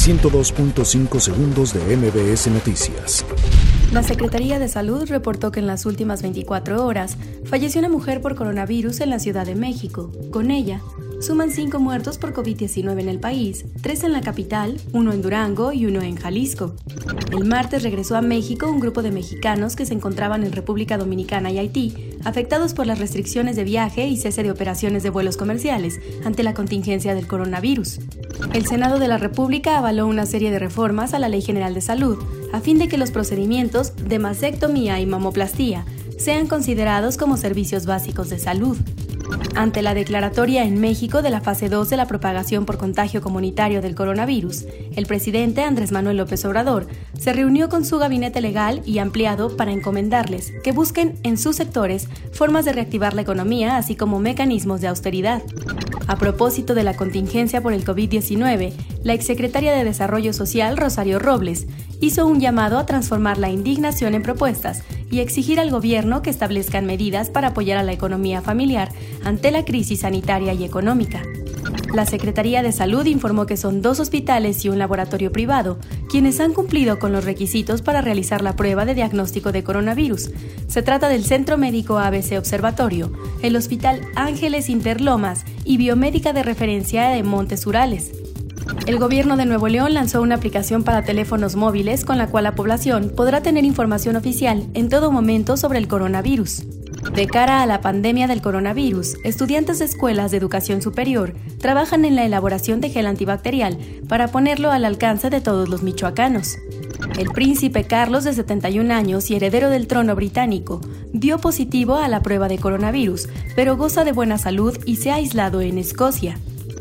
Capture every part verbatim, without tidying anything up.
ciento dos punto cinco segundos de M B S Noticias. La Secretaría de Salud reportó que en las últimas veinticuatro horas falleció una mujer por coronavirus en la Ciudad de México. Con ella, suman cinco muertos por COVID diecinueve en el país, tres en la capital, uno en Durango y uno en Jalisco. El martes regresó a México un grupo de mexicanos que se encontraban en República Dominicana y Haití, afectados por las restricciones de viaje y cese de operaciones de vuelos comerciales ante la contingencia del coronavirus. El Senado de la República avaló una serie de reformas a la Ley General de Salud, a fin de que los procedimientos de mastectomía y mamoplastía sean considerados como servicios básicos de salud. Ante la declaratoria en México de la fase dos de la propagación por contagio comunitario del coronavirus, el presidente Andrés Manuel López Obrador se reunió con su gabinete legal y ampliado para encomendarles que busquen en sus sectores formas de reactivar la economía, así como mecanismos de austeridad. A propósito de la contingencia por el COVID diecinueve, la exsecretaria de Desarrollo Social, Rosario Robles, hizo un llamado a transformar la indignación en propuestas y exigir al gobierno que establezcan medidas para apoyar a la economía familiar ante la crisis sanitaria y económica. La Secretaría de Salud informó que son dos hospitales y un laboratorio privado quienes han cumplido con los requisitos para realizar la prueba de diagnóstico de coronavirus. Se trata del Centro Médico A B C Observatorio, el Hospital Ángeles Interlomas y Biomédica de Referencia de Montes Urales. El gobierno de Nuevo León lanzó una aplicación para teléfonos móviles con la cual la población podrá tener información oficial en todo momento sobre el coronavirus. De cara a la pandemia del coronavirus, estudiantes de escuelas de educación superior trabajan en la elaboración de gel antibacterial para ponerlo al alcance de todos los michoacanos. El príncipe Carlos, de setenta y un años y heredero del trono británico, dio positivo a la prueba de coronavirus, pero goza de buena salud y se ha aislado en Escocia.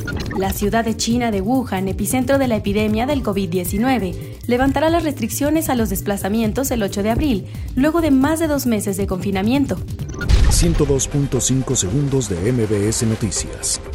La ciudad de China de Wuhan, epicentro de la epidemia del COVID diecinueve, levantará las restricciones a los desplazamientos el ocho de abril, luego de más de dos meses de confinamiento. ciento dos punto cinco segundos de M B S Noticias.